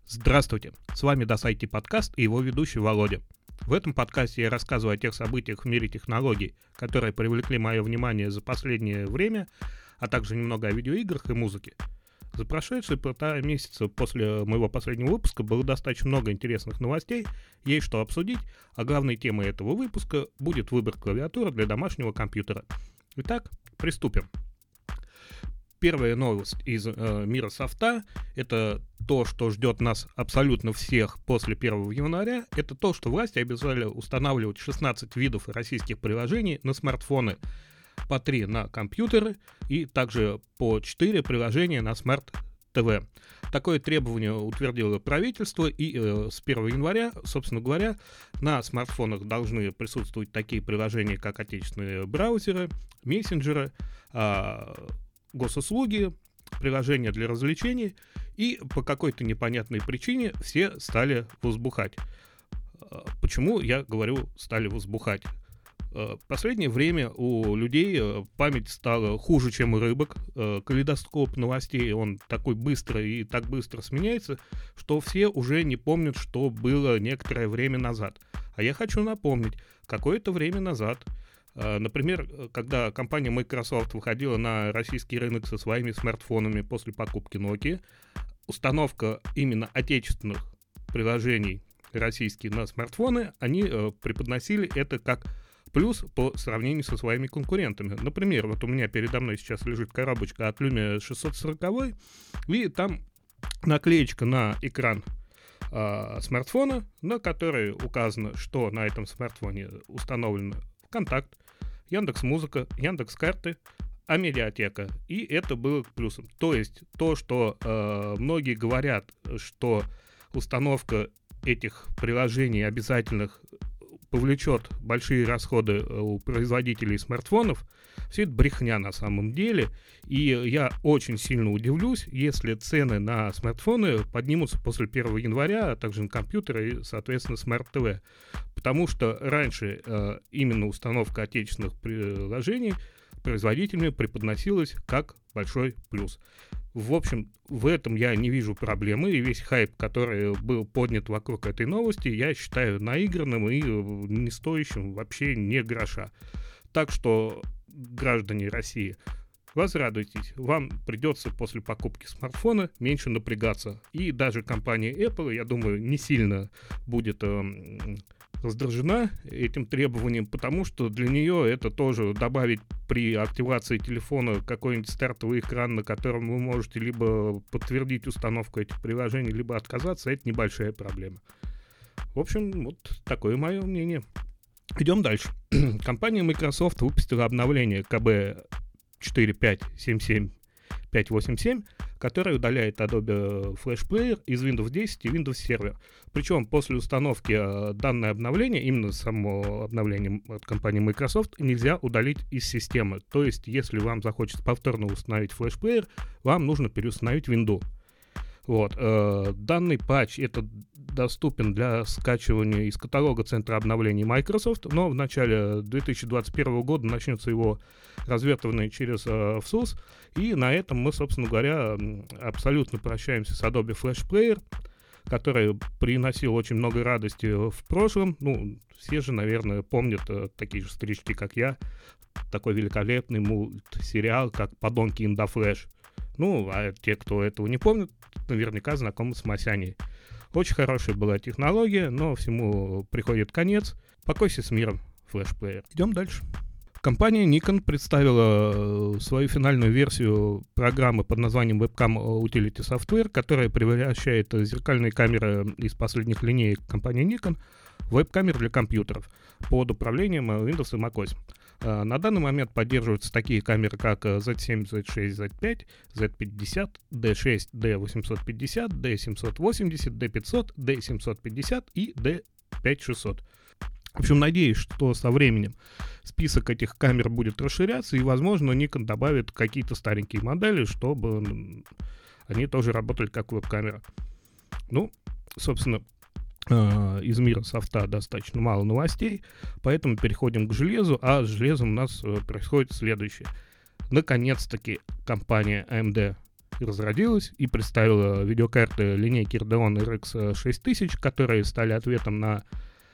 Здравствуйте, с вами DasIT подкаст и его ведущий Володя. В этом подкасте я рассказываю о тех событиях в мире технологий, которые привлекли мое внимание за последнее время, а также немного о видеоиграх и музыке. За прошедшие полтора месяца после моего последнего выпуска было достаточно много интересных новостей, есть что обсудить, а главной темой этого выпуска будет выбор клавиатуры для домашнего компьютера. Итак, приступим. Первая новость из мира софта – это то, что ждет нас абсолютно всех после 1 января. Это то, что власти обязали устанавливать 16 видов российских приложений на смартфоны, по 3 на компьютеры и также по 4 приложения на смарт-ТВ. Такое требование утвердило правительство, и с 1 января, собственно говоря, на смартфонах должны присутствовать такие приложения, как отечественные браузеры, мессенджеры, госуслуги, приложения для развлечений, и по какой-то непонятной причине все стали возбухать. Почему я говорю «стали возбухать»? В последнее время у людей память стала хуже, чем у рыбок. Калейдоскоп новостей, он такой быстрый и так быстро сменяется, что все уже не помнят, что было некоторое время назад. А я хочу напомнить, какое-то время назад, например, когда компания Microsoft выходила на российский рынок со своими смартфонами после покупки Nokia, установка именно отечественных приложений российских на смартфоны, они преподносили это как плюс по сравнению со своими конкурентами. Например, вот у меня передо мной сейчас лежит коробочка от Lumia 640, и там наклеечка на экран смартфона, на которой указано, что на этом смартфоне установлено ВКонтакт, Яндекс.Музыка, Яндекс.Карты, Амедиатека. И это было к плюсам. То есть то, что многие говорят, что установка этих приложений обязательных повлечет большие расходы у производителей смартфонов, все это брехня на самом деле. И я очень сильно удивлюсь, если цены на смартфоны поднимутся после 1 января, а также на компьютеры и, соответственно, смарт-ТВ. Потому что раньше именно установка отечественных приложений производителями преподносилась как большой плюс. В общем, в этом я не вижу проблемы, и весь хайп, который был поднят вокруг этой новости, я считаю наигранным и не стоящим вообще ни гроша. Так что, граждане России, возрадуйтесь, вам придется после покупки смартфона меньше напрягаться. И даже компания Apple, я думаю, не сильно будет раздражена этим требованием, потому что для нее это тоже добавить при активации телефона какой-нибудь стартовый экран, на котором вы можете либо подтвердить установку этих приложений, либо отказаться, это небольшая проблема. В общем, вот такое мое мнение. Идем дальше. Компания Microsoft выпустила обновление КБ 4.5.77.5.8.7, которая удаляет Adobe Flash Player из Windows 10 и Windows Server. Причем после установки данное обновление, именно само обновление от компании Microsoft, нельзя удалить из системы. То есть, если вам захочется повторно установить Flash Player, вам нужно переустановить Windows. Вот. Данный патч это доступен для скачивания из каталога Центра обновлений Microsoft, но в начале 2021 года начнется его развертывание через FSUS, и на этом мы, собственно говоря, абсолютно прощаемся с Adobe Flash Player, который приносил очень много радости в прошлом. Ну, все же, наверное, помнят, такие же старички, как я, такой великолепный мультсериал, как «Подонки in the Flash». Ну, а те, кто этого не помнит, наверняка знакомы с Масяней. Очень хорошая была технология, но всему приходит конец. Покойся с миром, флешплеер. Идем дальше. Компания Nikon представила свою финальную версию программы под названием Webcam Utility Software, которая превращает зеркальные камеры из последних линеек компании Nikon в веб-камеры для компьютеров под управлением Windows и macOS. На данный момент поддерживаются такие камеры, как Z7, Z6, Z5, Z50, D6, D850, D780, D500, D750 и D5600. В общем, надеюсь, что со временем список этих камер будет расширяться, и, возможно, Nikon добавит какие-то старенькие модели, чтобы они тоже работали как веб-камера. Ну, собственно, из мира софта достаточно мало новостей, поэтому переходим к железу, а с железом у нас происходит следующее. Наконец-таки компания AMD разродилась и представила видеокарты линейки Radeon RX 6000, которые стали ответом на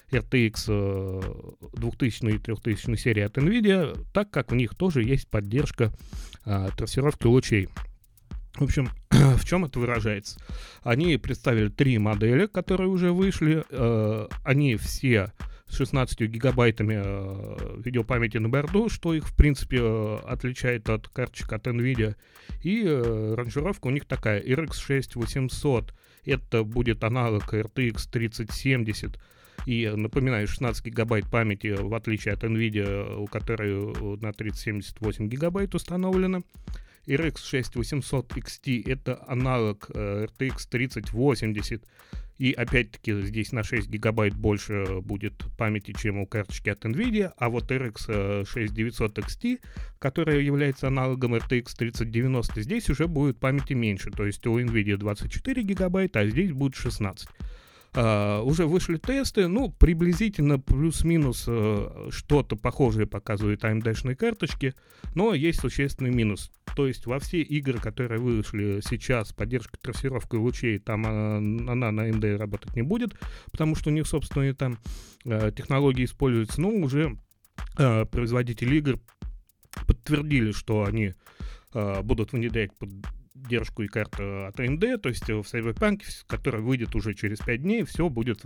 RTX 2000 и 3000 серии от NVIDIA, так как в них тоже есть поддержка трассировки лучей. В общем, в чем это выражается? Они представили 3 модели, которые уже вышли. Они все с 16 гигабайтами видеопамяти на борту, что их, в принципе, отличает от карточек от NVIDIA. И ранжировка у них такая: RX 6800, это будет аналог RTX 3070. И напоминаю, 16 гигабайт памяти, в отличие от NVIDIA, у которой на 3078 гигабайт установлено. RX 6800 XT это аналог RTX 3080. И опять-таки здесь на 6 гигабайт больше будет памяти, чем у карточки от NVIDIA. А вот RX 6900 XT, которая является аналогом RTX 3090, здесь уже будет памяти меньше. То есть у NVIDIA 24 гигабайта, а здесь будет 16. Уже вышли тесты, приблизительно плюс-минус что-то похожее показывают AMD-шные карточки, но есть существенный минус. То есть во все игры, которые вышли сейчас с поддержкой трассировки лучей, там она на AMD работать не будет, потому что у них собственные там технологии используются, но уже производители игр подтвердили, что они будут внедрять поддержку и карт от AMD, то есть в Cyberpunk, который выйдет уже через 5 дней, все будет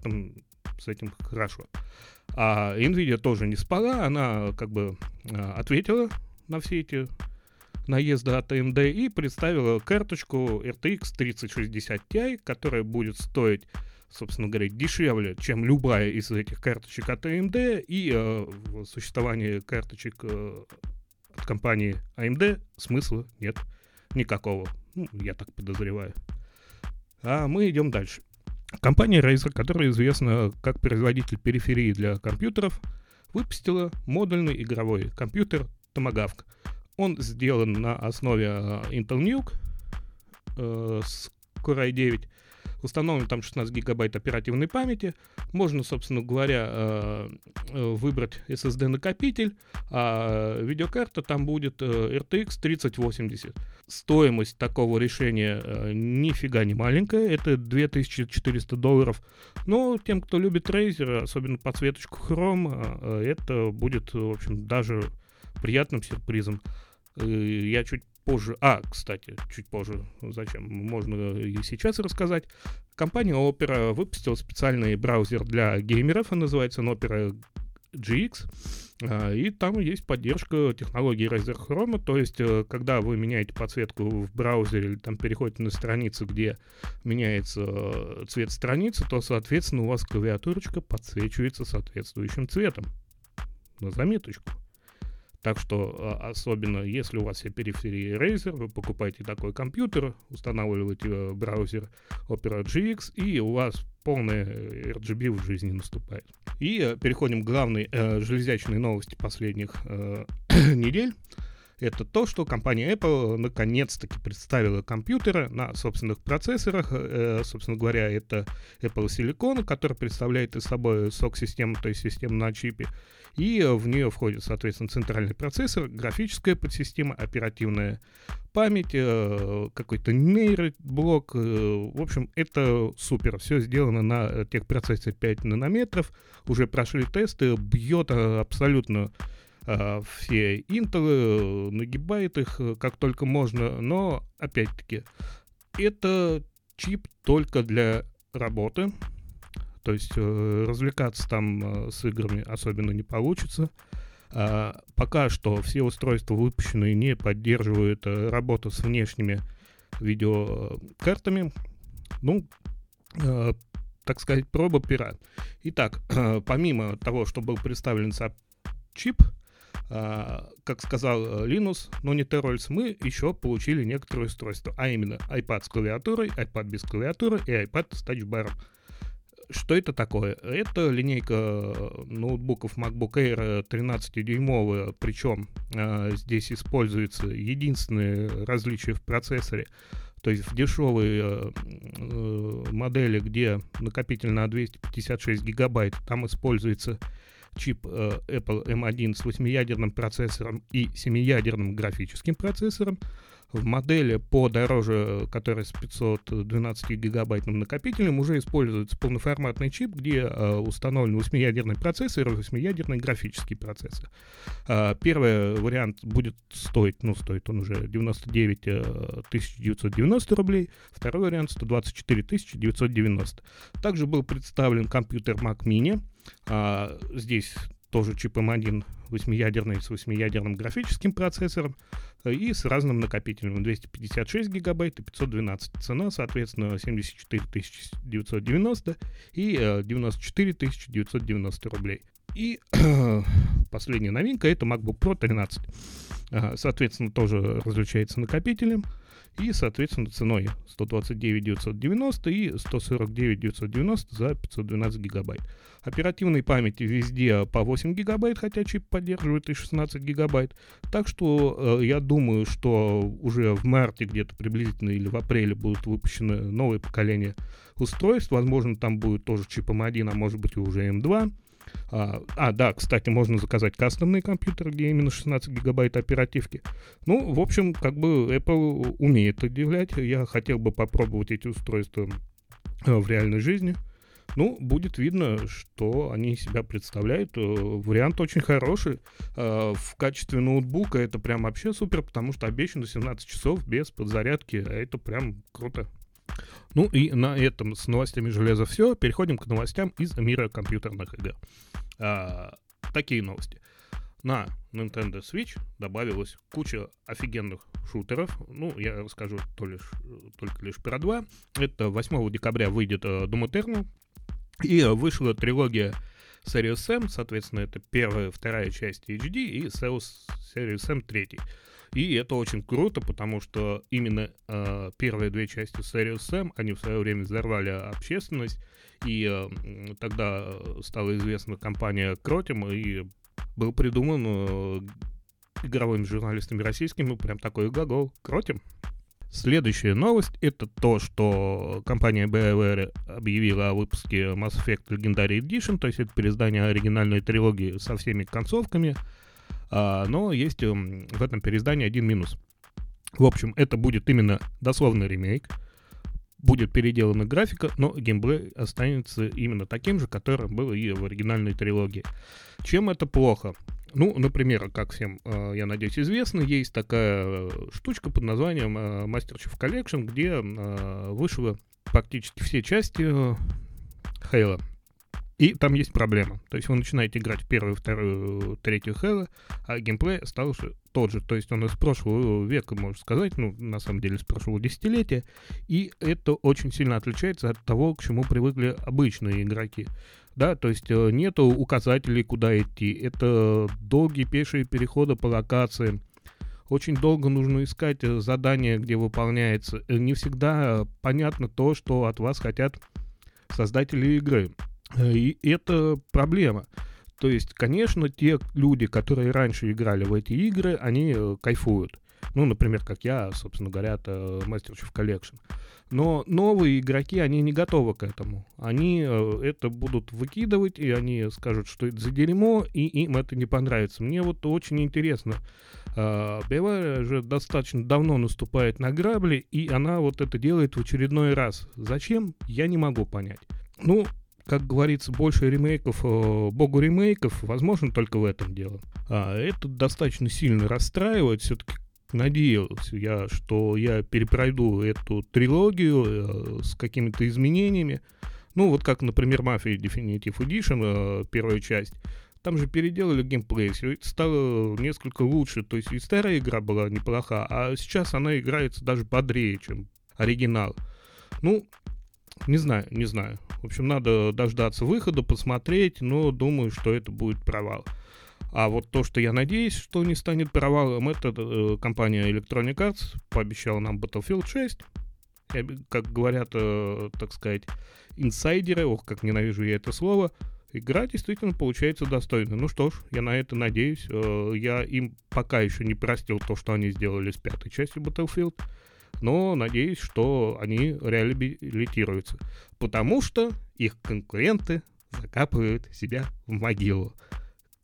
с этим хорошо. А NVIDIA тоже не спала, она как бы ответила на все эти наезды от AMD и представила карточку RTX 3060 Ti, которая будет стоить, собственно говоря, дешевле, чем любая из этих карточек от AMD, и существование карточек от компании AMD смысла нет никакого. Я так подозреваю. А мы идем дальше. Компания Razer, которая известна как производитель периферии для компьютеров, выпустила модульный игровой компьютер Tomahawk. Он сделан на основе Intel NUC с Core i9. Установлен там 16 гигабайт оперативной памяти. Можно, собственно говоря, выбрать SSD-накопитель, а видеокарта там будет RTX 3080. Стоимость такого решения нифига не маленькая, это $2400. Но тем, кто любит Razer, особенно подсветочку Chrome, это будет, в общем, даже приятным сюрпризом. Я чуть позже, чуть позже, зачем, можно и сейчас рассказать. Компания Opera выпустила специальный браузер для геймеров, он называется Opera GX, и там есть поддержка технологии Razer Chrome, то есть, когда вы меняете подсветку в браузере или там переходите на страницу, где меняется цвет страницы, то, соответственно, у вас клавиатурочка подсвечивается соответствующим цветом. На заметочку. Так что, особенно если у вас все периферии Razer, вы покупаете такой компьютер, устанавливаете браузер Opera GX, и у вас полная RGB в жизни наступает. И переходим к главной железячной новости последних недель. Это то, что компания Apple наконец-таки представила компьютеры на собственных процессорах. Собственно говоря, это Apple Silicon, который представляет из собой SoC-систему, то есть систему на чипе. И в нее входит, соответственно, центральный процессор, графическая подсистема, оперативная память, какой-то нейроблок. В общем, это супер. Все сделано на техпроцессоре 5 нанометров. Уже прошли тесты, бьет абсолютно все Intel, нагибает их как только можно, но, опять-таки, это чип только для работы, то есть развлекаться там с играми особенно не получится. Пока что все устройства выпущенные не поддерживают работу с внешними видеокартами. Так сказать, проба пера. Итак, помимо того, что был представлен сам чип, как сказал Линус, но не Террольс, мы еще получили некоторые устройства, а именно iPad с клавиатурой, iPad без клавиатуры и iPad с тачбаром. Что это такое? Это линейка ноутбуков MacBook Air 13-дюймовая, причем здесь используется единственное различие в процессоре. То есть в дешевой модели, где накопитель на 256 гигабайт, там используется чип Apple M1 с 8-ядерным процессором и 7-ядерным графическим процессором. В модели подороже, которая с 512-гигабайтным накопителем, уже используется полноформатный чип, где установлен 8-ядерный процессор и 8-ядерный графический процессор. Первый вариант будет стоить он уже 99 990 рублей, второй вариант 124 990. Также был представлен компьютер Mac Mini. Здесь тоже чип M1 8-ядерный с 8-ядерным графическим процессором и с разным накопителем 256 гигабайт и 512. Цена, соответственно, 74 990 и 94 990 рублей. И последняя новинка — это MacBook Pro 13. Соответственно, тоже различается накопителем и, соответственно, ценой 129 990 и 149 990 за 512 гигабайт. Оперативной памяти везде по 8 гигабайт, хотя чип поддерживает и 16 гигабайт. Так что я думаю, что уже в марте где-то приблизительно или в апреле будут выпущены новые поколения устройств. Возможно, там будет тоже чип M1, а может быть и уже M2. Да, кстати, можно заказать кастомный компьютер, где именно 16 гигабайт оперативки. Ну, в общем, как бы Apple умеет удивлять. Я хотел бы попробовать эти устройства в реальной жизни. Ну, будет видно, что они из себя представляют. Вариант очень хороший. В качестве ноутбука это прям вообще супер, потому что обещано 17 часов без подзарядки. А это прям круто. Ну и на этом с новостями железа все. Переходим к новостям из мира компьютерных игр. Такие новости. На Nintendo Switch добавилась куча офигенных шутеров. Ну, я расскажу только лишь про два. Это 8 декабря выйдет Doom Eternal. И вышла трилогия Serious Sam. Соответственно, это первая, вторая часть HD и Serious Sam 3. И это очень круто, потому что именно первые две части Serious Sam, они в свое время взорвали общественность, и тогда стала известна компания Кротим, и был придуман игровыми журналистами российскими прям такой глагол «Кротим». Следующая новость — это то, что компания BioWare объявила о выпуске Mass Effect Legendary Edition, то есть это переиздание оригинальной трилогии со всеми концовками. Но есть в этом переиздании один минус. В общем, это будет именно дословный ремейк. Будет переделана графика, но геймплей останется именно таким же, которым был и в оригинальной трилогии. Чем это плохо? Ну, например, как всем, я надеюсь, известно, есть такая штучка под названием Master Chief Collection, где вышло практически все части Halo. И там есть проблема. То есть вы начинаете играть в первую, вторую, третью Halo, а геймплей стал уже тот же. То есть он из прошлого века, можно сказать, ну, на самом деле, из прошлого десятилетия. И это очень сильно отличается от того, к чему привыкли обычные игроки. Да, то есть нету указателей, куда идти. Это долгие пешие переходы по локациям. Очень долго нужно искать задания, где выполняется. Не всегда понятно то, что от вас хотят создатели игры. И это проблема. То есть, конечно, те люди, которые раньше играли в эти игры, они кайфуют. Ну, например, как я, собственно говоря, это Master Chief Collection. Но новые игроки, они не готовы к этому. Они это будут выкидывать, и они скажут, что это за дерьмо, и им это не понравится. Мне вот очень интересно. BioWare же достаточно давно наступает на грабли, и она вот это делает в очередной раз. Зачем? Я не могу понять. Ну, как говорится, больше ремейков, богу ремейков, возможно, только в этом дело. Это достаточно сильно расстраивает. Все-таки надеялся я, что я перепройду эту трилогию с какими-то изменениями. Ну, вот как, например, Mafia Definitive Edition, первая часть. Там же переделали геймплей, все это стало несколько лучше. То есть и старая игра была неплоха, а сейчас она играется даже бодрее, чем оригинал. Ну, не знаю. В общем, надо дождаться выхода, посмотреть, но думаю, что это будет провал. А вот то, что я надеюсь, что не станет провалом, это компания Electronic Arts пообещала нам Battlefield 6. Как говорят, так сказать, инсайдеры, ох, как ненавижу я это слово, игра действительно получается достойной. Ну что ж, я на это надеюсь. Я им пока еще не простил то, что они сделали с пятой частью Battlefield. Но надеюсь, что они реабилитируются. Потому что их конкуренты закапывают себя в могилу.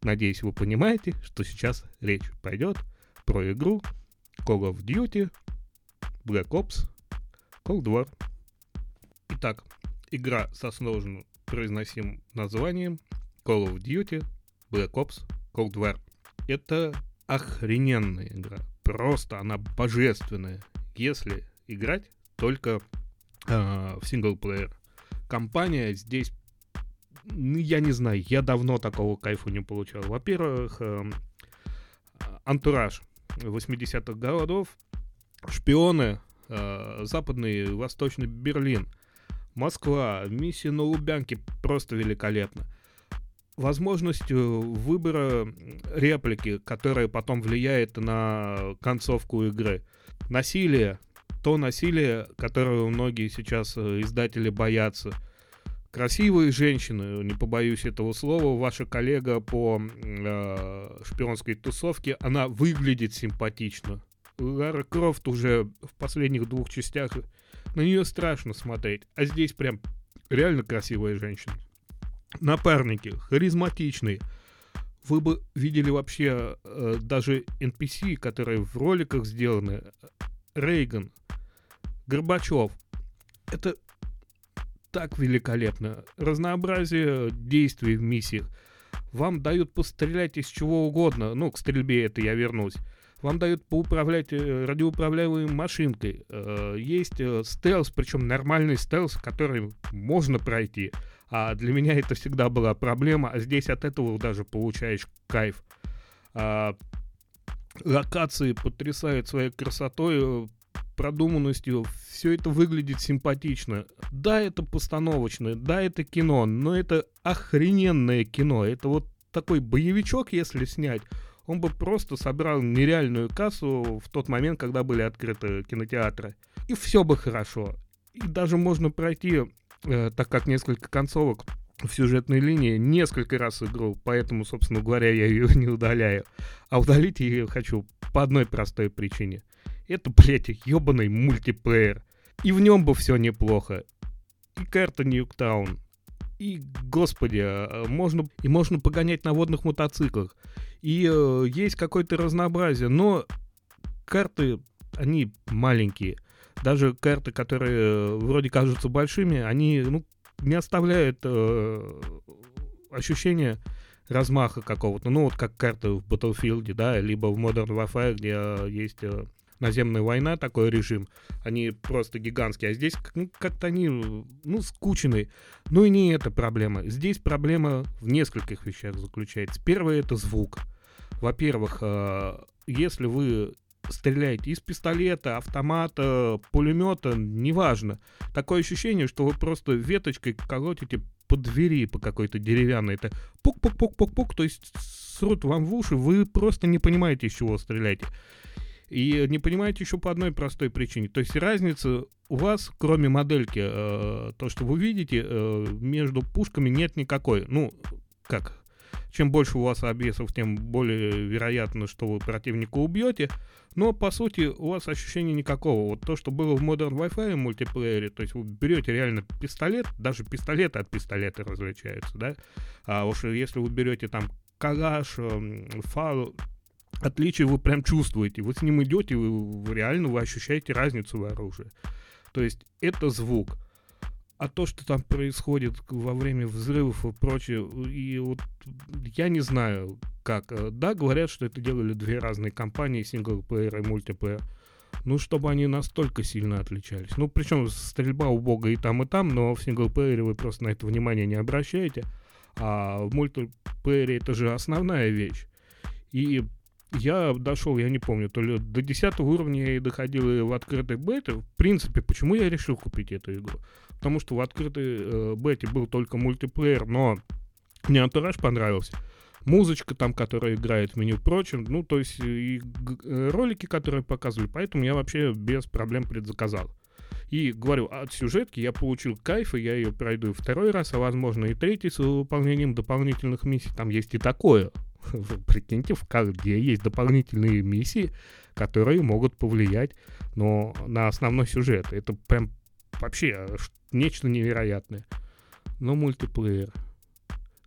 Надеюсь, вы понимаете, что сейчас речь пойдет про игру Call of Duty Black Ops Cold War. Итак, игра со сложно произносимым названием Call of Duty Black Ops Cold War. Это охрененная игра. Просто она божественная, если играть только в синглплеер. Компания здесь, я не знаю, я давно такого кайфа не получал. Во-первых, антураж 80-х годов, шпионы, западный, восточный Берлин, Москва, миссия на Лубянке просто великолепно. Возможность выбора реплики, которая потом влияет на концовку игры. Насилие, то насилие, которого многие сейчас издатели боятся. Красивые женщины, не побоюсь этого слова, ваша коллега по шпионской тусовке, она выглядит симпатично. Лара Крофт уже в последних 2 частях, на нее страшно смотреть, а здесь прям реально красивая женщина. Напарники, харизматичные. Вы бы видели вообще даже NPC, которые в роликах сделаны. Рейган, Горбачев. Это так великолепно. Разнообразие действий в миссиях. Вам дают пострелять из чего угодно. Ну, к стрельбе это я вернусь. Вам дают поуправлять радиоуправляемой машинкой. Есть стелс, причем нормальный стелс, который можно пройти. А для меня это всегда была проблема. А здесь от этого даже получаешь кайф. Локации потрясают своей красотой, продуманностью. Все это выглядит симпатично. Да, это постановочное, да, это кино, но это охрененное кино. Это вот такой боевичок, если снять, он бы просто собрал нереальную кассу в тот момент, когда были открыты кинотеатры. И все бы хорошо. И даже можно пройти, так как несколько концовок в сюжетной линии, несколько раз игру, поэтому, собственно говоря, я ее не удаляю. А удалить я ее хочу по одной простой причине. Это, блядь, ебаный мультиплеер. И в нем бы все неплохо. И карта Ньюктаун. И, господи, можно погонять на водных мотоциклах. И есть какое-то разнообразие. Но карты, они маленькие. Даже карты, которые вроде кажутся большими, они не оставляют ощущения размаха какого-то. Ну, вот как карты в Battlefield, да, либо в Modern Warfare, где есть наземная война, такой режим. Они просто гигантские. А здесь как-то они, скучные. Ну и не эта проблема. Здесь проблема в нескольких вещах заключается. Первое — это звук. Во-первых, если вы стреляете из пистолета, автомата, пулемета, неважно. Такое ощущение, что вы просто веточкой колотите по двери, по какой-то деревянной. Это пук-пук-пук-пук-пук, то есть срут вам в уши, вы просто не понимаете, из чего стреляете. И не понимаете еще по одной простой причине. То есть разница у вас, кроме модельки, то, что вы видите, между пушками нет никакой. Чем больше у вас обвесов, тем более вероятно, что вы противника убьете. Но, по сути, у вас ощущения никакого. Вот то, что было в Modern Warfare мультиплеере, то есть вы берете реально пистолет, даже пистолеты от пистолета различаются, да? А уж если вы берете там калаш, фал, отличие вы прям чувствуете. Вы с ним идете, вы реально ощущаете разницу в оружии. То есть это звук. А то, что там происходит во время взрывов и прочее, и вот я не знаю как. Да, говорят, что это делали 2 разные компании, синглплеер и мультиплеер. Чтобы они настолько сильно отличались. Причем стрельба убога и там, но в синглплеере вы просто на это внимание не обращаете. А в мультиплеере это же основная вещь. И я дошел, я не помню, то ли до 10 уровня я и доходил и в открытой бете. В принципе, почему я решил купить эту игру? Потому что в открытой бете был только мультиплеер, но мне антураж понравился. Музычка там, которая играет в меню прочим, то есть и ролики, которые показывали, поэтому я вообще без проблем предзаказал. И говорю, от сюжетки я получил кайф, и я ее пройду и 2-й раз, а возможно и 3-й с выполнением дополнительных миссий. Там есть и такое. Вы прикиньте, в где есть дополнительные миссии, которые могут повлиять на основной сюжет. Это прям вообще нечто невероятное. Но мультиплеер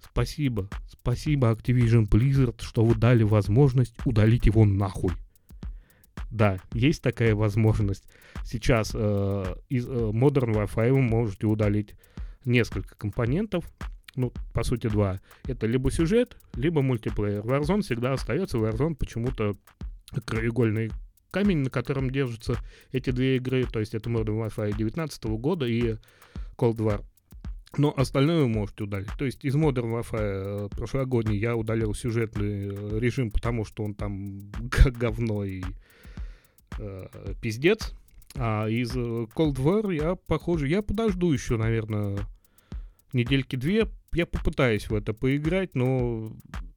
Спасибо Activision Blizzard, что вы дали возможность удалить его нахуй. Да, есть такая возможность. Сейчас из Modern Warfare вы можете удалить несколько компонентов. Ну, по сути, два. Это либо сюжет, либо мультиплеер. Warzone всегда остается. Warzone почему-то краеугольный камень, на котором держатся эти две игры. То есть это Modern Warfare 2019 года и Cold War. Но остальное вы можете удалить. То есть из Modern Warfare прошлогодней я удалил сюжетный режим, потому что он там говно и пиздец. А из Cold War я подожду еще, наверное, недельки-две. Я попытаюсь в это поиграть, но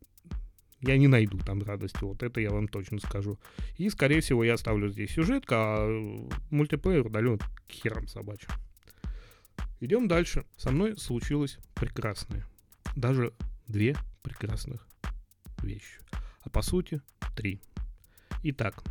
я не найду там радости. Вот это я вам точно скажу. И, скорее всего, я оставлю здесь сюжетку, а мультиплеер удалю к херам собачьим. Идем дальше. Со мной случилось прекрасное. Даже две прекрасных вещи. А по сути, три. Итак,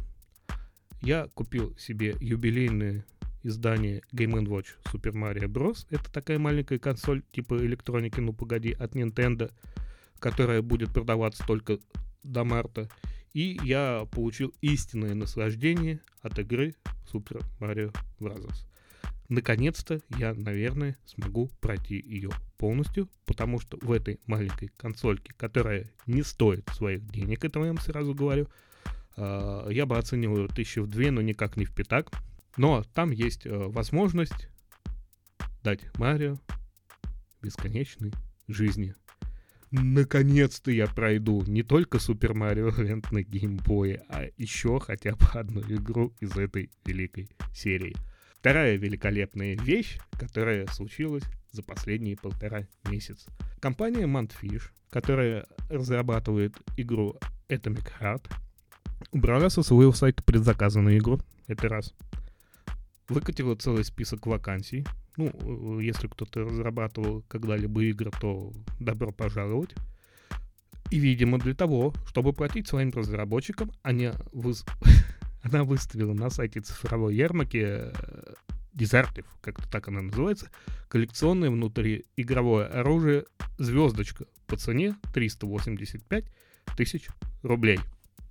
я купил себе юбилейное издание Game & Watch Super Mario Bros. Это такая маленькая консоль типа электроники, ну погоди, от Nintendo, которая будет продаваться только до марта. И я получил истинное наслаждение от игры Super Mario Bros. Наконец-то я, наверное, смогу пройти ее полностью, потому что в этой маленькой консольке, которая не стоит своих денег, это я вам сразу говорю, я бы оценил ее 1002, но никак не в пятак. Но там есть возможность дать Марио бесконечной жизни. Наконец-то я пройду не только Super Mario Land на геймбое, а еще хотя бы одну игру из этой великой серии. Вторая великолепная вещь, которая случилась за последние 1,5 месяца. Компания Mantfish, которая разрабатывает игру Atomic Heart, убрала со своего сайта предзаказанную игру. Это раз. Выкатила целый список вакансий. Ну, если кто-то разрабатывал когда-либо игры, то добро пожаловать. И, видимо, для того, чтобы платить своим разработчикам, она выставила на сайте цифровой ярмарки Дезертив, как-то так она называется, коллекционное внутриигровое оружие «Звездочка» по цене 385 тысяч рублей.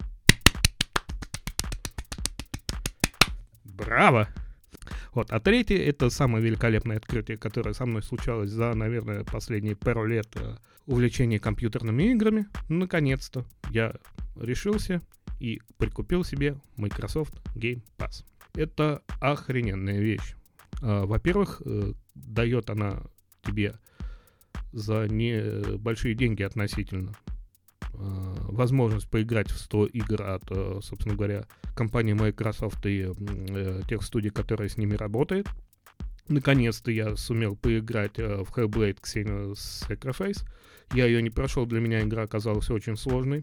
Браво! Вот. А третье — это самое великолепное открытие, которое со мной случалось за, наверное, последние пару лет увлечения компьютерными играми. Наконец-то я решился и прикупил себе Microsoft Game Pass. Это охрененная вещь. Во-первых, дает она тебе за небольшие деньги относительно возможность поиграть в 100 игр от, собственно говоря, компании Microsoft и тех студий, которые с ними работают. Наконец-то я сумел поиграть в Hellblade: Senua's Sacrifice. Я ее не прошел, для меня игра оказалась очень сложной.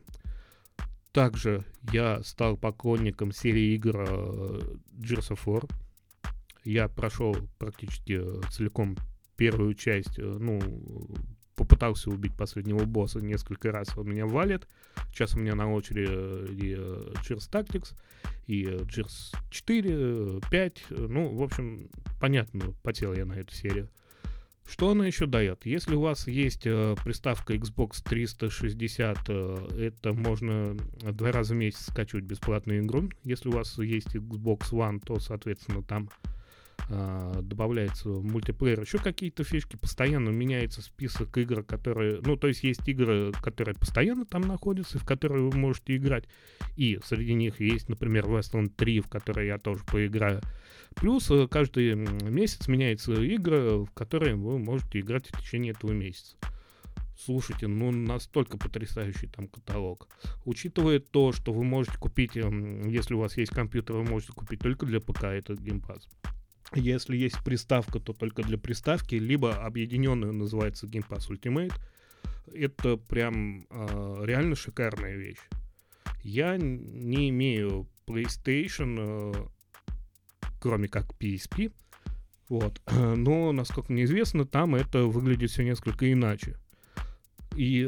Также я стал поклонником серии игр Gears of War. Я прошел практически целиком первую часть, попытался убить последнего босса несколько раз, он меня валит. Сейчас у меня на очереди Gears Tactics и Gears 4, 5. В общем, понятно, потел я на эту серию. Что она еще дает? Если у вас есть приставка Xbox 360, это можно 2 раза в месяц скачивать бесплатную игру. Если у вас есть Xbox One, то, соответственно, там добавляется мультиплеер, еще какие-то фишки, постоянно меняется список игр, которые, то есть есть игры, которые постоянно там находятся, в которые вы можете играть, и среди них есть, например, Wasteland 3, в которой я тоже поиграю. Плюс каждый месяц меняются игры, в которые вы можете играть в течение этого месяца. Слушайте, настолько потрясающий там каталог. Учитывая то, что вы можете купить, если у вас есть компьютер, вы можете купить только для ПК этот Game Pass. Если есть приставка, то только для приставки, либо объединенную называется Game Pass Ultimate. Это прям реально шикарная вещь. Я не имею PlayStation, кроме как PSP, вот. Но, насколько мне известно, там это выглядит все несколько иначе. И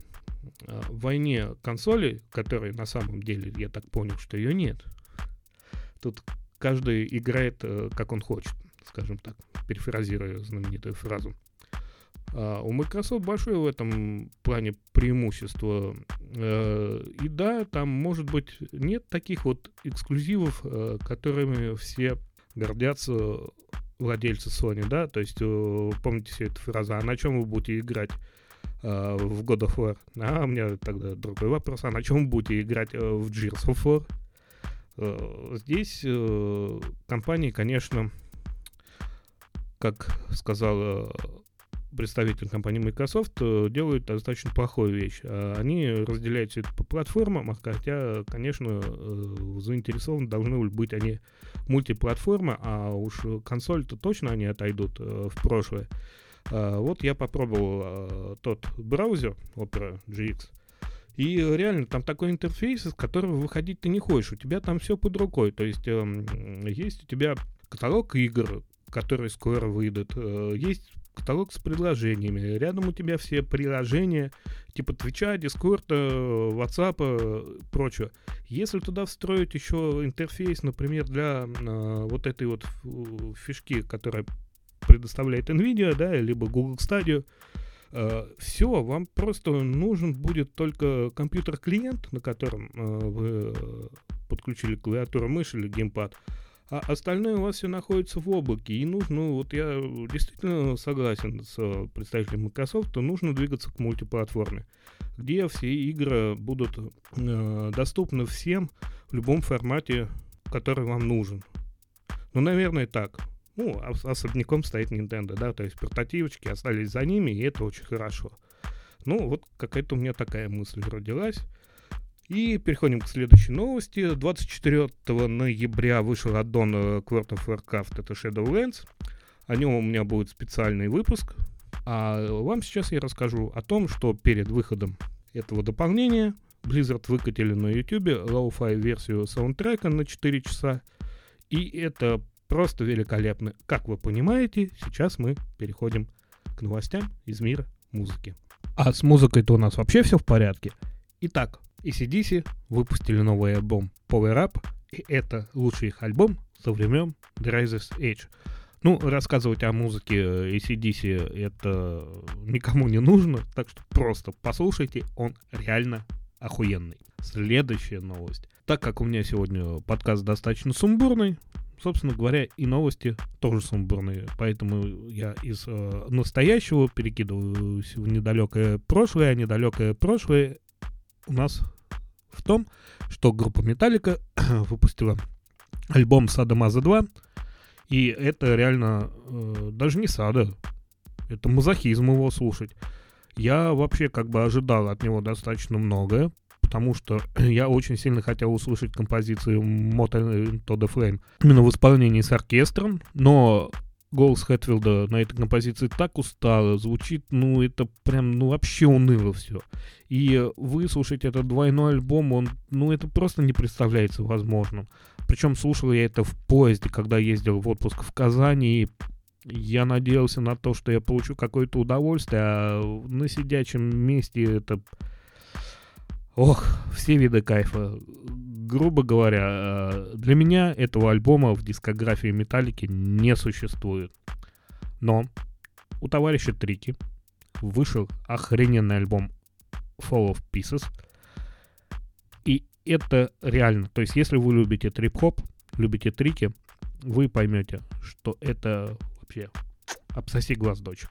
в войне консолей, которой на самом деле, я так понял, что ее нет, тут каждый играет, как он хочет, скажем так, перефразируя знаменитую фразу. У Microsoft большое в этом плане преимущество. И да, там, может быть, нет таких вот эксклюзивов, которыми все гордятся владельцы Sony, да, то есть помните всю эту фразу, а на чем вы будете играть в God of War? А у меня тогда другой вопрос, а на чем вы будете играть в Gears of War? Здесь компании, конечно, как сказал представитель компании Microsoft, делают достаточно плохую вещь. Они разделяют все это по платформам, хотя, конечно, заинтересованы должны быть они мультиплатформа, а уж консоль-то точно они отойдут в прошлое. Вот я попробовал тот браузер Opera GX, и реально там такой интерфейс, из которого выходить ты не хочешь. У тебя там все под рукой. То есть есть у тебя каталог игр, которые скоро выйдут. Есть каталог с предложениями. Рядом у тебя все приложения типа Твича, Дискорда, WhatsApp, прочего. Если туда встроить еще интерфейс, например, для вот этой вот фишки, которая предоставляет NVIDIA, да, либо Google Stadia, все, вам просто нужен будет только компьютер-клиент, на котором вы подключили клавиатуру, мышь или геймпад, а остальное у вас все находится в облаке. И нужно, вот я действительно согласен с представителем Microsoft, то нужно двигаться к мультиплатформе, где все игры будут доступны всем в любом формате, который вам нужен. Ну, наверное, так. Ну, особняком стоит Nintendo, да, то есть портативочки остались за ними, и это очень хорошо. Ну, вот какая-то у меня такая мысль родилась. И переходим к следующей новости. 24 ноября вышел аддон World of Warcraft, это Shadowlands. О нем у меня будет специальный выпуск. А вам сейчас я расскажу о том, что перед выходом этого дополнения Blizzard выкатили на YouTube лоу-фай версию саундтрека на 4 часа. И это просто великолепно. Как вы понимаете, сейчас мы переходим к новостям из мира музыки. А с музыкой-то у нас вообще все в порядке. Итак, AC/DC выпустили новый альбом Power Up, и это лучший их альбом со времен The Razor's Edge. Ну, рассказывать о музыке AC/DC это никому не нужно, так что просто послушайте, он реально охуенный. Следующая новость. Так как у меня сегодня подкаст достаточно сумбурный, собственно говоря, и новости тоже сумбурные, поэтому я из настоящего перекидываюсь в недалекое прошлое, а недалекое прошлое у нас в том, что группа Metallica выпустила альбом Садомазо 2, и это реально даже не сада, это мазохизм его слушать. Я вообще как бы ожидал от него достаточно многое, потому что я очень сильно хотел услышать композицию Motor into the Flame именно в исполнении с оркестром, но голос Хэтфилда на этой композиции так устало, звучит, ну, это прям, ну, вообще уныло все. И выслушать этот двойной альбом, он, ну, это просто не представляется возможным. Причем слушал я это в поезде, когда ездил в отпуск в Казани, и я надеялся на то, что я получу какое-то удовольствие, а на сидячем месте это... Ох, все виды кайфа. Грубо говоря, для меня этого альбома в дискографии Металлики не существует. Но у товарища Трики вышел охрененный альбом Fall of Pieces. И это реально. То есть, если вы любите трип-хоп, любите Трики, вы поймете, что это вообще обсоси глаз, дочь.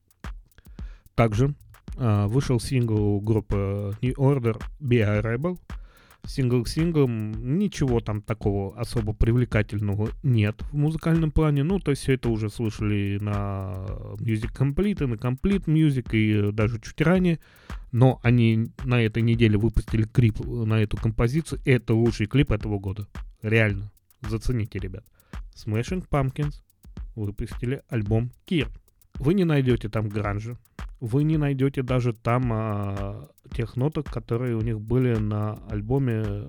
Также вышел сингл группы New Order Be a Rebel. Сингл к синглам, ничего там такого особо привлекательного нет в музыкальном плане. Ну, то есть все это уже слышали на Music Complete, на Complete Music и даже чуть ранее. Но они на этой неделе выпустили клип на эту композицию. Это лучший клип этого года. Реально. Зацените, ребят. Smashing Pumpkins выпустили альбом Kier. Вы не найдете там гранжа. Вы не найдете даже там тех ноток, которые у них были на альбоме,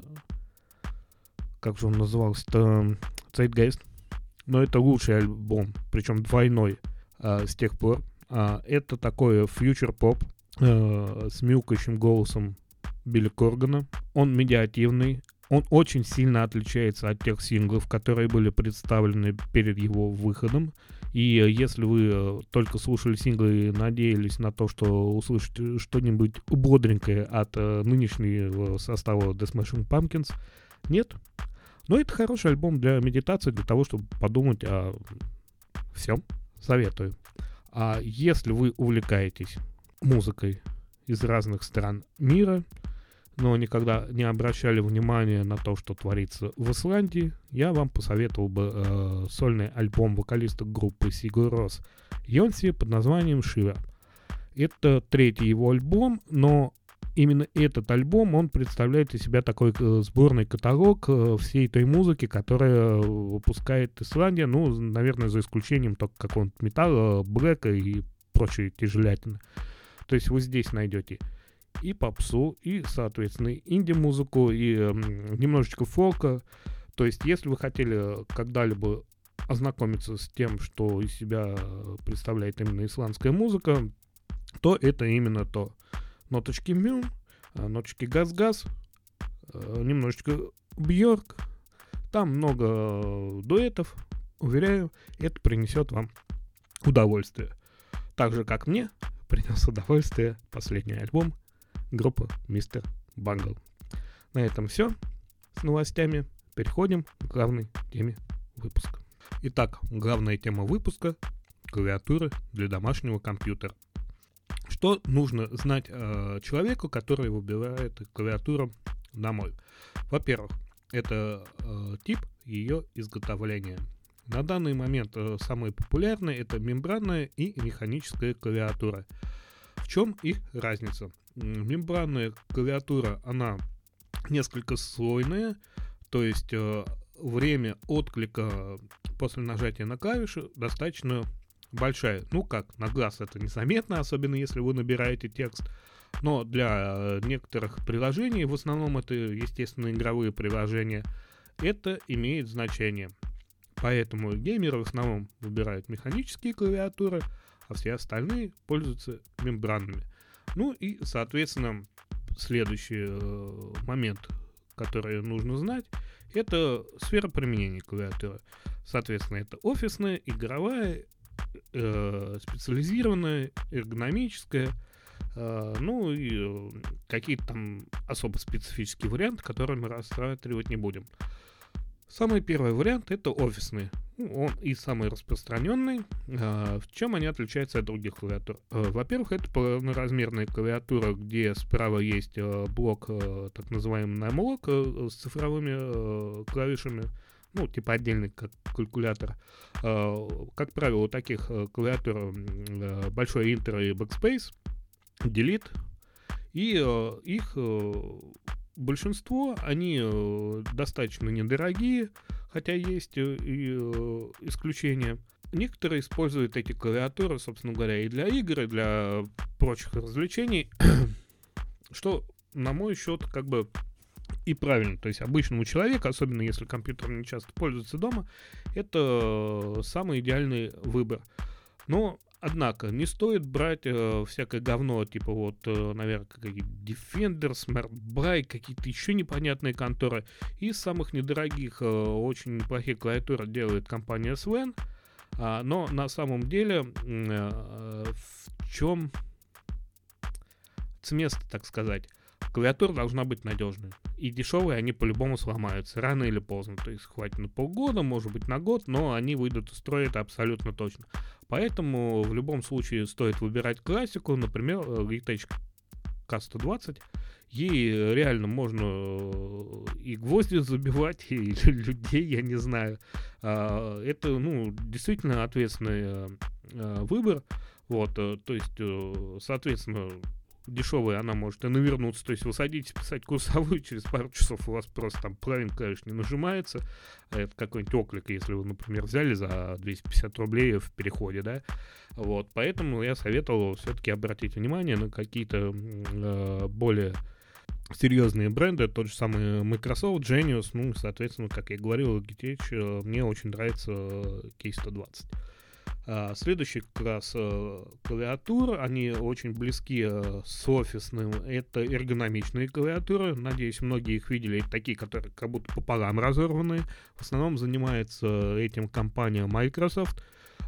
как же он назывался-то, Zeitgeist. Но это лучший альбом, причем двойной с тех пор. Это такой фьючер-поп с мяукающим голосом Билли Коргана. Он медиативный. Он очень сильно отличается от тех синглов, которые были представлены перед его выходом. И если вы только слушали синглы и надеялись на то, что услышите что-нибудь бодренькое от нынешнего состава The Smashing Pumpkins, нет. Но это хороший альбом для медитации, для того, чтобы подумать о всем. Советую. А если вы увлекаетесь музыкой из разных стран мира, но никогда не обращали внимания на то, что творится в Исландии, я вам посоветовал бы сольный альбом вокалиста группы Sigur Rós Jónsi под названием «Шива». Это третий его альбом, но именно этот альбом, он представляет из себя такой сборный каталог всей той музыки, которая выпускает Исландия, ну, наверное, за исключением только какого-нибудь металла, блэка и прочей тяжелятины. То есть вы здесь найдете и попсу, и, соответственно, инди-музыку, и немножечко фолка. То есть, если вы хотели когда-либо ознакомиться с тем, что из себя представляет именно исландская музыка, то это именно то. Ноточки Мюн, ноточки Газ-Газ, немножечко Бьорк. Там много дуэтов. Уверяю, это принесет вам удовольствие. Так же, как мне принес удовольствие последний альбом группы Мистер Бангл. На этом все с новостями. Переходим к главной теме выпуска. Итак, главная тема выпуска — клавиатуры для домашнего компьютера. Что нужно знать человеку, который выбирает клавиатуру домой? Во-первых, это тип ее изготовления. На данный момент самые популярные — это мембранная и механическая клавиатура. В чем их разница? Мембранная клавиатура, она несколько слойная, то есть время отклика после нажатия на клавишу достаточно большая. Ну как, на глаз это незаметно, особенно если вы набираете текст, но для некоторых приложений, в основном это, естественно, игровые приложения, это имеет значение. Поэтому геймеры в основном выбирают механические клавиатуры, а все остальные пользуются мембранными. Ну и, соответственно, следующий момент, который нужно знать, это сфера применения клавиатуры. Соответственно, это офисная, игровая, специализированная, эргономическая, ну и какие-то там особо специфические варианты, которые мы рассматривать не будем. Самый первый вариант — это офисный. Он и самый распространенный. В чем они отличаются от других клавиатур? Во-первых, это полноразмерная клавиатура, где справа есть блок, так называемый намлок, с цифровыми клавишами, ну, типа отдельный как калькулятор. Как правило, у таких клавиатур большой Enter и Backspace, Delete, и их большинство, они достаточно недорогие, хотя есть и исключения. Некоторые используют эти клавиатуры, собственно говоря, и для игр, и для прочих развлечений, что, на мой счет, как бы и правильно. То есть обычному человеку, особенно если компьютером не часто пользуется дома, это самый идеальный выбор. Но, однако, не стоит брать всякое говно, типа вот, наверное, какие-то Defender, SmartBrite, какие-то еще непонятные конторы. Из самых недорогих очень неплохие клавиатуры делает компания Sven. Но на самом деле в чем место, так сказать? Клавиатура должна быть надежной. И дешевые они по-любому сломаются, рано или поздно. То есть хватит на полгода, может быть на год, но они выйдут из строя, это абсолютно точно. Поэтому в любом случае стоит выбирать классику, например, Logitech K120. Ей реально можно и гвозди забивать, и людей, я не знаю. Это, ну, действительно ответственный выбор. Вот, то есть, соответственно, дешевая она может и навернуться, то есть вы садитесь писать курсовую, через пару часов у вас просто там правильно, конечно, не нажимается. Это какой-нибудь оклик, если вы, например, взяли за 250 рублей в переходе, да. Вот, поэтому я советовал все-таки обратить внимание на какие-то более серьезные бренды, тот же самый Microsoft, Genius, ну, соответственно, как я говорил, Logitech, мне очень нравится K120. Следующий как раз клавиатура, они очень близки с офисным, это эргономичные клавиатуры, надеюсь, многие их видели, это такие, которые как будто пополам разорваны, в основном занимается этим компания Microsoft.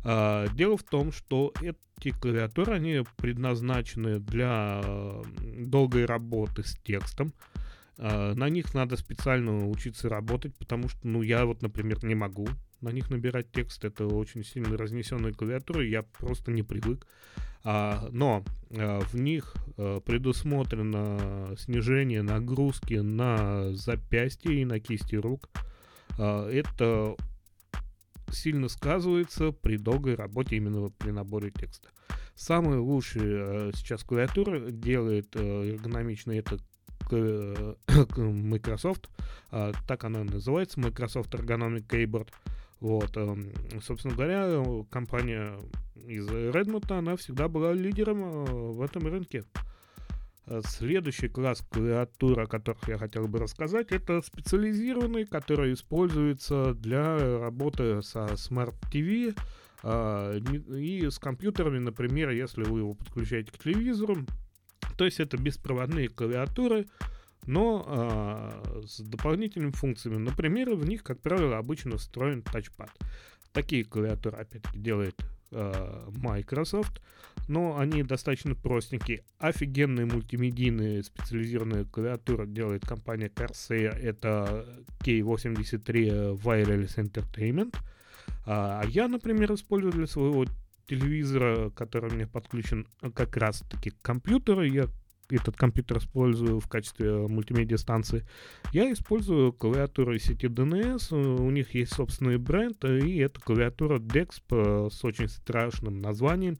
Дело в том, что эти клавиатуры, они предназначены для долгой работы с текстом. На них надо специально учиться работать, потому что, я вот, например, не могу на них набирать текст. Это очень сильно разнесенные клавиатуры, я просто не привык. Но в них предусмотрено снижение нагрузки на запястье и на кисти рук. Это сильно сказывается при долгой работе именно при наборе текста. Самые лучшие сейчас клавиатуры делает эргономично это Microsoft, так она называется, Microsoft Ergonomic Keyboard. Вот, собственно говоря, компания из Redmond, она всегда была лидером в этом рынке. Следующий класс клавиатур, о которых я хотел бы рассказать, это специализированные, которые используются для работы со Smart TV и с компьютерами, например, если вы его подключаете к телевизору. То есть это беспроводные клавиатуры, но с дополнительными функциями. Например, в них, как правило, обычно встроен тачпад. Такие клавиатуры, опять-таки, делает Microsoft, но они достаточно простенькие. Офигенные мультимедийные специализированные клавиатуры делает компания Corsair. Это K83 Wireless Entertainment. А я, например, использую для своего телевизора, который у меня подключен как раз-таки к компьютеру. Я этот компьютер использую в качестве мультимедиа-станции. Я использую клавиатуру сети DNS. У них есть собственный бренд, и это клавиатура DEXP с очень страшным названием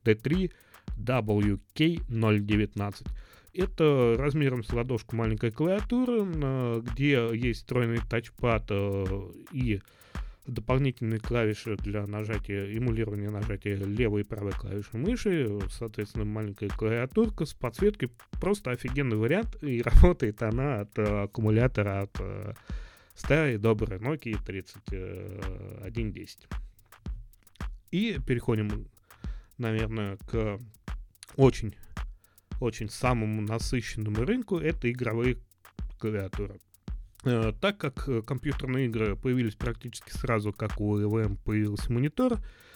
D3WK019. Это размером с ладошку маленькая клавиатура, где есть встроенный тачпад и дополнительные клавиши для нажатия, эмулирования нажатия левой и правой клавиши мыши, соответственно, маленькая клавиатурка с подсветкой, просто офигенный вариант, и работает она от аккумулятора от старой доброй Nokia 3110. И переходим, наверное, к очень самому насыщенному рынку, это игровые клавиатуры. Так как компьютерные игры появились практически сразу, как у EVM появился монитор,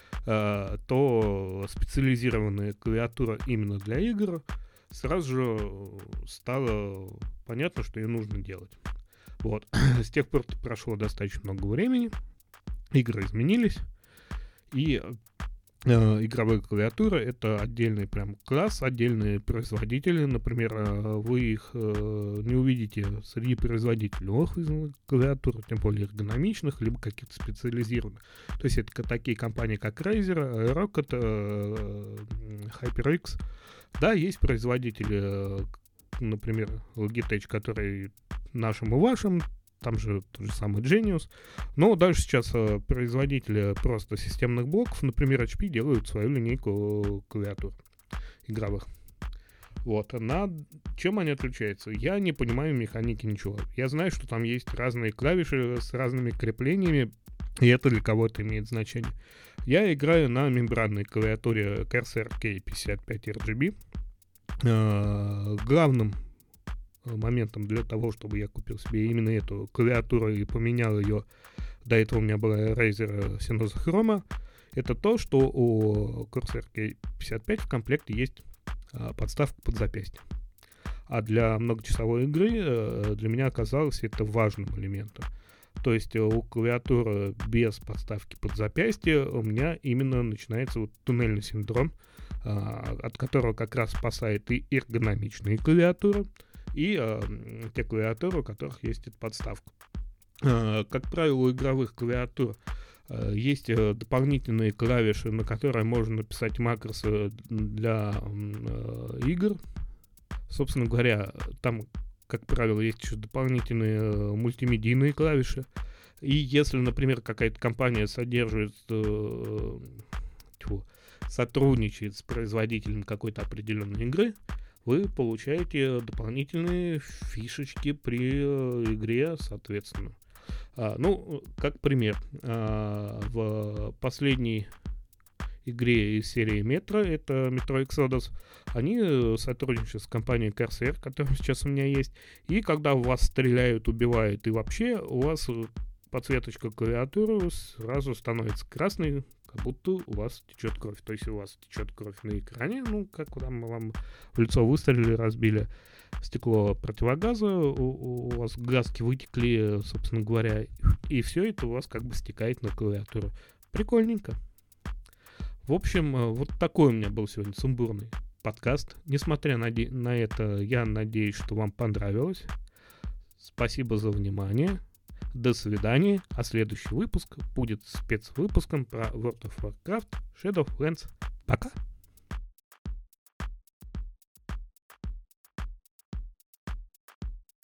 то специализированная клавиатура именно для игр сразу же стало понятно, что ее нужно делать. Вот. С тех пор прошло достаточно много времени, игры изменились, и игровые клавиатуры — это отдельный прям класс, отдельные производители. Например, вы их не увидите среди производителей новых клавиатур, тем более эргономичных, либо каких-то специализированных. То есть это такие компании, как Razer, Rocket, HyperX. Да, есть производители, например, Logitech, который нашим и вашим, там же тот же самый Genius. Но дальше сейчас производители просто системных блоков, например, HP, делают свою линейку клавиатур игровых. Вот. Чем они отличаются? Я не понимаю механики ничего. Я знаю, что там есть разные клавиши с разными креплениями, и это для кого-то имеет значение. Я играю на мембранной клавиатуре Corsair K55 RGB. Главным моментом для того, чтобы я купил себе именно эту клавиатуру и поменял ее, до этого у меня была Razer Synosa Chroma, это то, что у Corsair K55 в комплекте есть подставка под запястье. А для многочасовой игры для меня оказалось это важным элементом. То есть у клавиатуры без подставки под запястье у меня именно начинается вот туннельный синдром, от которого как раз спасает и эргономичные клавиатуры, и те клавиатуры, у которых есть эта подставка. Как правило, у игровых клавиатур есть дополнительные клавиши, на которые можно написать макросы для игр. Собственно говоря, там, как правило, есть еще дополнительные мультимедийные клавиши. И если, например, какая-то компания сотрудничает с производителем какой-то определенной игры, вы получаете дополнительные фишечки при игре, соответственно. Как пример, в последней игре из серии Metro, это Metro Exodus, они сотрудничают с компанией Corsair, которая сейчас у меня есть, и когда вас стреляют, убивают, и вообще у вас подсветочка клавиатуры сразу становится красной, как будто у вас течет кровь. То есть у вас течет кровь на экране, ну, как там вам в лицо выстрелили, разбили стекло противогаза, у вас газки вытекли, собственно говоря, и все это у вас как бы стекает на клавиатуру. Прикольненько. В общем, вот такой у меня был сегодня сумбурный подкаст. Несмотря на это, я надеюсь, что вам понравилось. Спасибо за внимание. До свидания. А следующий выпуск будет спецвыпуском про World of Warcraft Shadowlands. Пока.